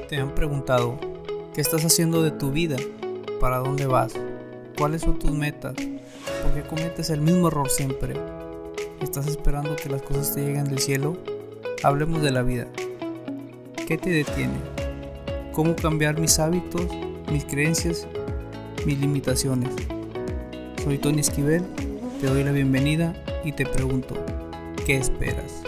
¿Te han preguntado qué estás haciendo de tu vida? ¿Para dónde vas? ¿Cuáles son tus metas? ¿Por qué cometes el mismo error siempre? ¿Estás esperando que las cosas te lleguen del cielo? Hablemos de la vida. ¿Qué te detiene? ¿Cómo cambiar mis hábitos, mis creencias, mis limitaciones? Soy Tony Esquivel, te doy la bienvenida y te pregunto, ¿qué esperas?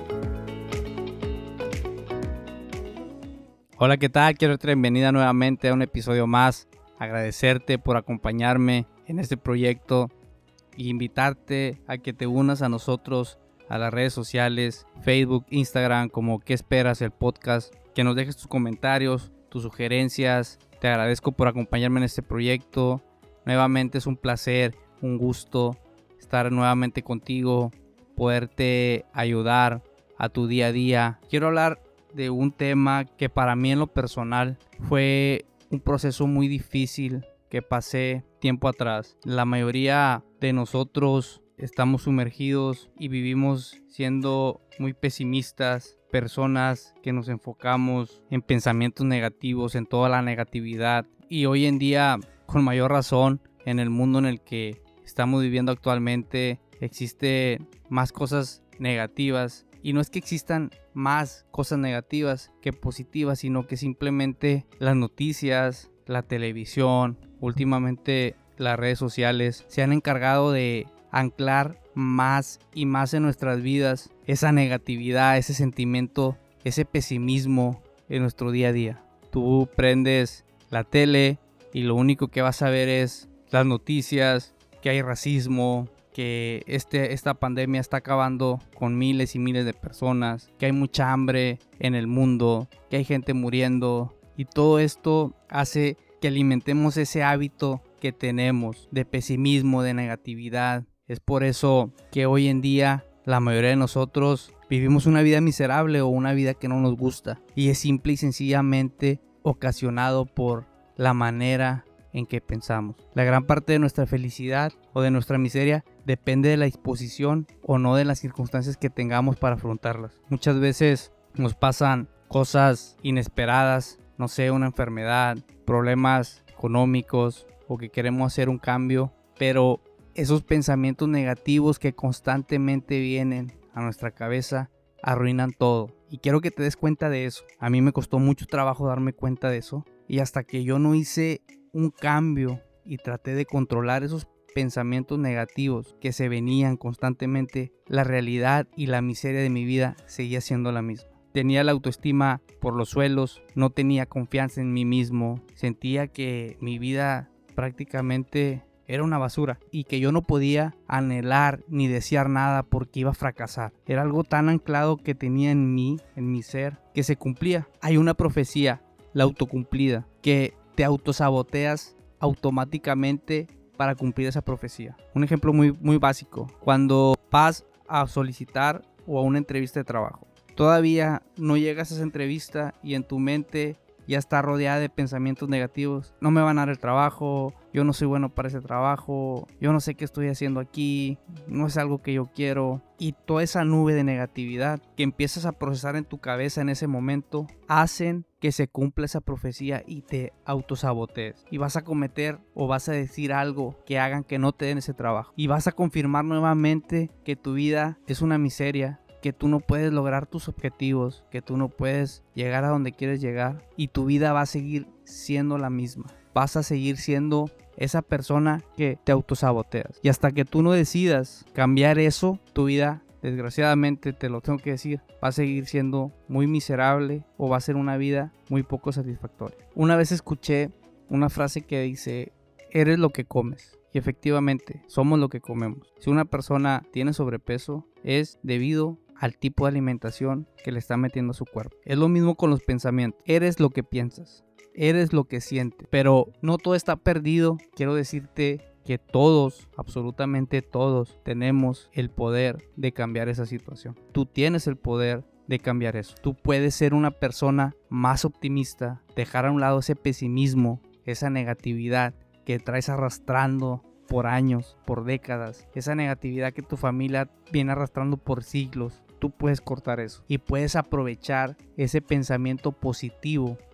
Hola, ¿qué tal? Quiero darte la bienvenida nuevamente a un episodio más. Agradecerte por acompañarme en este proyecto e invitarte a que te unas a nosotros a las redes sociales, Facebook, Instagram, como ¿Qué esperas? El podcast. Que nos dejes tus comentarios, tus sugerencias. Te agradezco por acompañarme en este proyecto. Nuevamente es un placer, un gusto estar nuevamente contigo, poderte ayudar a tu día a día. Quiero hablar de un tema que para mí en lo personal fue un proceso muy difícil que pasé tiempo atrás. La mayoría de nosotros estamos sumergidos y vivimos siendo muy pesimistas, personas que nos enfocamos en pensamientos negativos, en toda la negatividad, y hoy en día con mayor razón en el mundo en el que estamos viviendo actualmente existe más cosas negativas. Y no es que existan más cosas negativas que positivas, sino que simplemente las noticias, la televisión, últimamente las redes sociales se han encargado de anclar más y más en nuestras vidas esa negatividad, ese sentimiento, ese pesimismo en nuestro día a día. Tú prendes la tele y lo único que vas a ver es las noticias, que hay racismo, que esta pandemia está acabando con miles y miles de personas, que hay mucha hambre en el mundo, que hay gente muriendo, y todo esto hace que alimentemos ese hábito que tenemos de pesimismo, de negatividad. Es por eso que hoy en día la mayoría de nosotros vivimos una vida miserable o una vida que no nos gusta, y es simple y sencillamente ocasionado por la manera en que pensamos. La gran parte de nuestra felicidad o de nuestra miseria depende de la disposición o no de las circunstancias que tengamos para afrontarlas. Muchas veces nos pasan cosas inesperadas, no sé, una enfermedad, problemas económicos o que queremos hacer un cambio, pero esos pensamientos negativos que constantemente vienen a nuestra cabeza arruinan todo. Y quiero que te des cuenta de eso. A mí me costó mucho trabajo darme cuenta de eso, y hasta que yo no hice un cambio y traté de controlar esos pensamientos negativos que se venían constantemente, la realidad y la miseria de mi vida seguía siendo la misma. Tenía la autoestima por los suelos, no tenía confianza en mí mismo, sentía que mi vida prácticamente era una basura y que yo no podía anhelar ni desear nada porque iba a fracasar. Era algo tan anclado que tenía en mí, en mi ser, que se cumplía. Hay una profecía, la autocumplida, que te autosaboteas automáticamente para cumplir esa profecía. Un ejemplo muy básico: cuando vas a solicitar o a una entrevista de trabajo, todavía no llegas a esa entrevista y en tu mente ya está rodeada de pensamientos negativos. No me van a dar el trabajo, yo no soy bueno para ese trabajo, yo no sé qué estoy haciendo aquí, no es algo que yo quiero. Y toda esa nube de negatividad que empiezas a procesar en tu cabeza en ese momento hacen que se cumpla esa profecía y te autosabotees. Y vas a cometer o vas a decir algo que hagan que no te den ese trabajo. Y vas a confirmar nuevamente que tu vida es una miseria, que tú no puedes lograr tus objetivos, que tú no puedes llegar a donde quieres llegar, y tu vida va a seguir siendo la misma. Vas a seguir siendo esa persona que te autosaboteas. Y hasta que tú no decidas cambiar eso, tu vida, desgraciadamente te lo tengo que decir, va a seguir siendo muy miserable o va a ser una vida muy poco satisfactoria. Una vez escuché una frase que dice: eres lo que comes. Y efectivamente, somos lo que comemos. Si una persona tiene sobrepeso, es debido al tipo de alimentación que le está metiendo a su cuerpo. Es lo mismo con los pensamientos. Eres lo que piensas, eres lo que sientes. Pero no todo está perdido. Quiero decirte que todos, absolutamente todos, tenemos el poder de cambiar esa situación. Tú tienes el poder de cambiar eso. Tú puedes ser una persona más optimista, dejar a un lado ese pesimismo, esa negatividad que traes arrastrando por años, por décadas, esa negatividad que tu familia viene arrastrando por siglos. Tú puedes cortar eso y puedes aprovechar ese pensamiento positivo,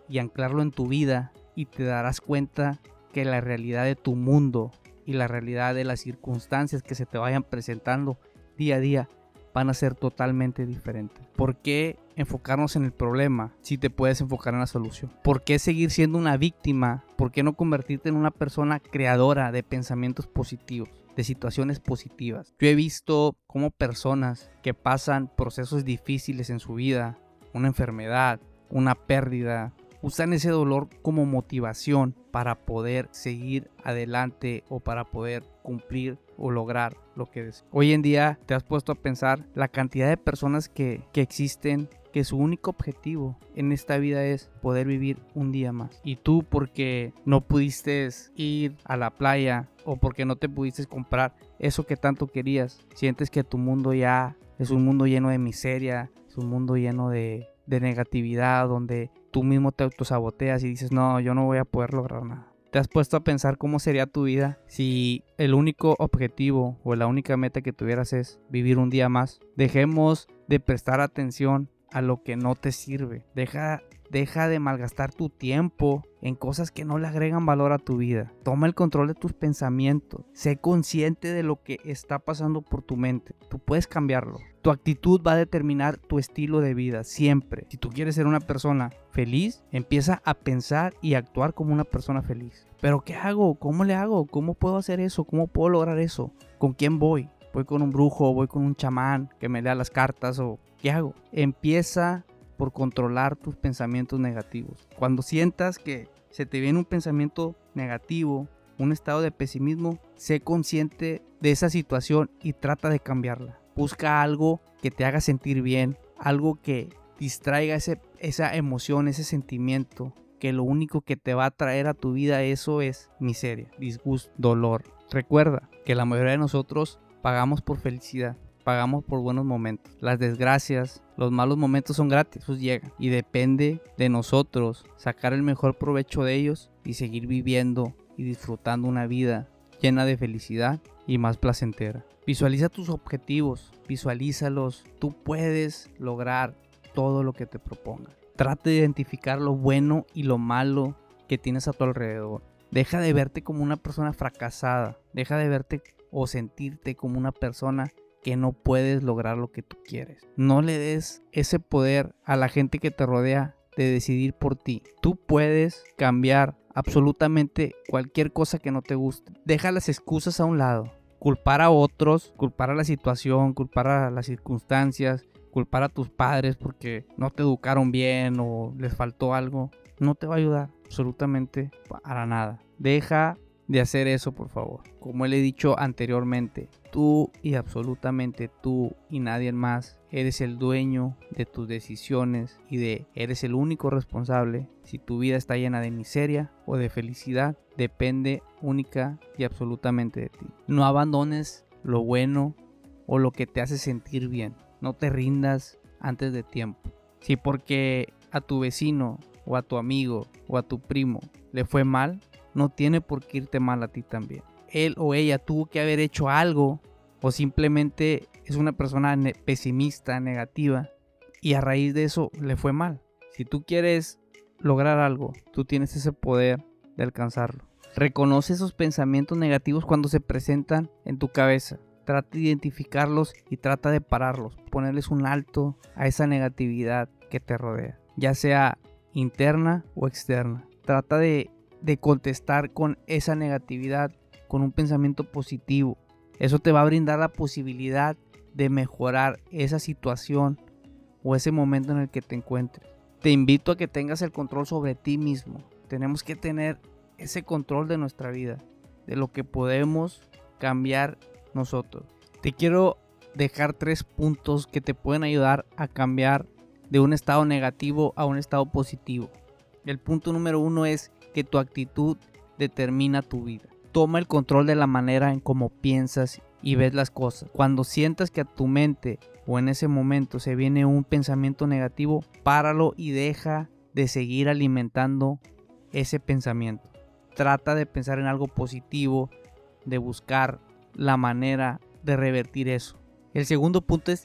y anclarlo en tu vida, y te darás cuenta que la realidad de tu mundo y la realidad de las circunstancias que se te vayan presentando día a día van a ser totalmente diferentes. ¿Por qué enfocarnos en el problema si te puedes enfocar en la solución? ¿Por qué seguir siendo una víctima? ¿Por qué no convertirte en una persona creadora de pensamientos positivos, de situaciones positivas? Yo he visto cómo personas que pasan procesos difíciles en su vida, una enfermedad, una pérdida, usan ese dolor como motivación para poder seguir adelante o para poder cumplir o lograr lo que desean. Hoy en día te has puesto a pensar la cantidad de personas que existen, que su único objetivo en esta vida es poder vivir un día más. Y tú, porque no pudiste ir a la playa o porque no te pudiste comprar eso que tanto querías, sientes que tu mundo ya es un mundo lleno de miseria, es un mundo lleno de negatividad, donde tú mismo te autosaboteas y dices, no, yo no voy a poder lograr nada. ¿Te has puesto a pensar cómo sería tu vida si el único objetivo o la única meta que tuvieras es vivir un día más? Dejemos de prestar atención a lo que no te sirve. Deja de malgastar tu tiempo en cosas que no le agregan valor a tu vida. Toma el control de tus pensamientos. Sé consciente de lo que está pasando por tu mente. Tú puedes cambiarlo. Tu actitud va a determinar tu estilo de vida siempre. Si tú quieres ser una persona feliz, empieza a pensar y actuar como una persona feliz. ¿Pero qué hago? ¿Cómo le hago? ¿Cómo puedo hacer eso? ¿Cómo puedo lograr eso? ¿Con quién voy? ¿Voy con un brujo? ¿Voy con un chamán que me lea las cartas? ¿O qué hago? Empieza por controlar tus pensamientos negativos. Cuando sientas que se te viene un pensamiento negativo, un estado de pesimismo, sé consciente de esa situación y trata de cambiarla. Busca algo que te haga sentir bien, algo que distraiga esa emoción, ese sentimiento, que lo único que te va a traer a tu vida eso es miseria, disgusto, dolor. Recuerda que la mayoría de nosotros pagamos por felicidad. Pagamos por buenos momentos. Las desgracias, los malos momentos son gratis, esos llegan. Y depende de nosotros sacar el mejor provecho de ellos y seguir viviendo y disfrutando una vida llena de felicidad y más placentera. Visualiza tus objetivos, visualízalos. Tú puedes lograr todo lo que te propongas. Trata de identificar lo bueno y lo malo que tienes a tu alrededor. Deja de verte como una persona fracasada. Deja de verte o sentirte como una persona que no puedes lograr lo que tú quieres. No le des ese poder a la gente que te rodea de decidir por ti. Tú puedes cambiar absolutamente cualquier cosa que no te guste. Deja las excusas a un lado. Culpar a otros, culpar a la situación, culpar a las circunstancias, culpar a tus padres porque no te educaron bien o les faltó algo, no te va a ayudar absolutamente para nada. Deja de hacer eso, por favor. Como le he dicho anteriormente, tú y absolutamente tú y nadie más eres el dueño de tus decisiones y eres el único responsable si tu vida está llena de miseria o de felicidad. Depende única y absolutamente de ti. No abandones lo bueno o lo que te hace sentir bien. No te rindas antes de tiempo. Si porque a tu vecino o a tu amigo o a tu primo le fue mal, no tiene por qué irte mal a ti también. Él o ella tuvo que haber hecho algo o simplemente es una persona pesimista, negativa y a raíz de eso le fue mal. Si tú quieres lograr algo, tú tienes ese poder de alcanzarlo. Reconoce esos pensamientos negativos cuando se presentan en tu cabeza. Trata de identificarlos y trata de pararlos. Ponerles un alto a esa negatividad que te rodea, ya sea interna o externa. Trata de contestar con esa negatividad con un pensamiento positivo. Eso te va a brindar la posibilidad de mejorar esa situación o ese momento en el que te encuentres. Te invito a que tengas el control sobre ti mismo. Tenemos que tener ese control de nuestra vida, de lo que podemos cambiar nosotros. Te quiero dejar 3 puntos que te pueden ayudar a cambiar de un estado negativo a un estado positivo. El punto número 1 es que tu actitud determina tu vida. Toma el control de la manera en cómo piensas y ves las cosas. Cuando sientas que a tu mente o en ese momento se viene un pensamiento negativo, páralo y deja de seguir alimentando ese pensamiento. Trata de pensar en algo positivo, de buscar la manera de revertir eso. El segundo punto es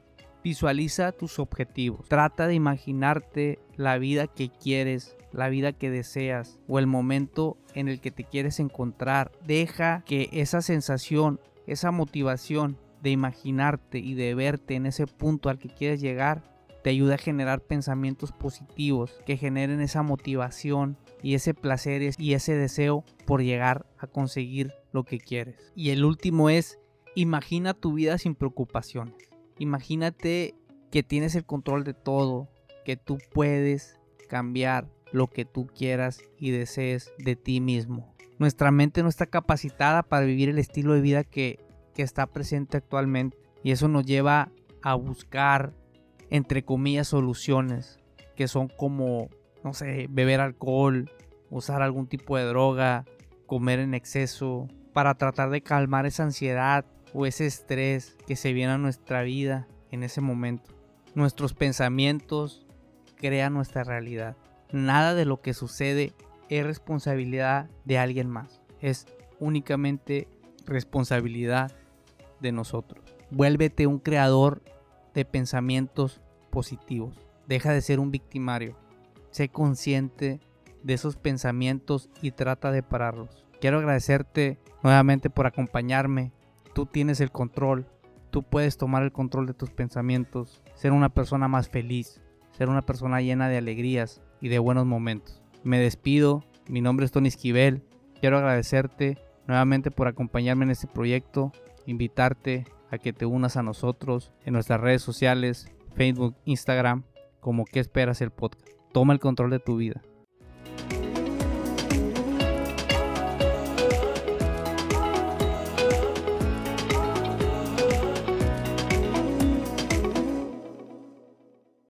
Visualiza tus objetivos. Trata de imaginarte la vida que quieres, la vida que deseas o el momento en el que te quieres encontrar. Deja que esa sensación, esa motivación de imaginarte y de verte en ese punto al que quieres llegar te ayude a generar pensamientos positivos que generen esa motivación y ese placer y ese deseo por llegar a conseguir lo que quieres. Y el último es: imagina tu vida sin preocupaciones. Imagínate que tienes el control de todo, que tú puedes cambiar lo que tú quieras y desees de ti mismo. Nuestra mente no está capacitada para vivir el estilo de vida que está presente actualmente, y eso nos lleva a buscar, entre comillas, soluciones que son como, no sé, beber alcohol, usar algún tipo de droga, comer en exceso, para tratar de calmar esa ansiedad o ese estrés que se viene a nuestra vida en ese momento. Nuestros pensamientos crean nuestra realidad. Nada de lo que sucede es responsabilidad de alguien más. Es únicamente responsabilidad de nosotros. Vuélvete un creador de pensamientos positivos. Deja de ser un victimario. Sé consciente de esos pensamientos y trata de pararlos. Quiero agradecerte nuevamente por acompañarme. Tú tienes el control. Tú puedes tomar el control de tus pensamientos. Ser una persona más feliz. Ser una persona llena de alegrías y de buenos momentos. Me despido. Mi nombre es Tony Esquivel. Quiero agradecerte nuevamente por acompañarme en este proyecto. Invitarte a que te unas a nosotros en nuestras redes sociales, Facebook, Instagram, como ¿Qué esperas? El podcast. Toma el control de tu vida.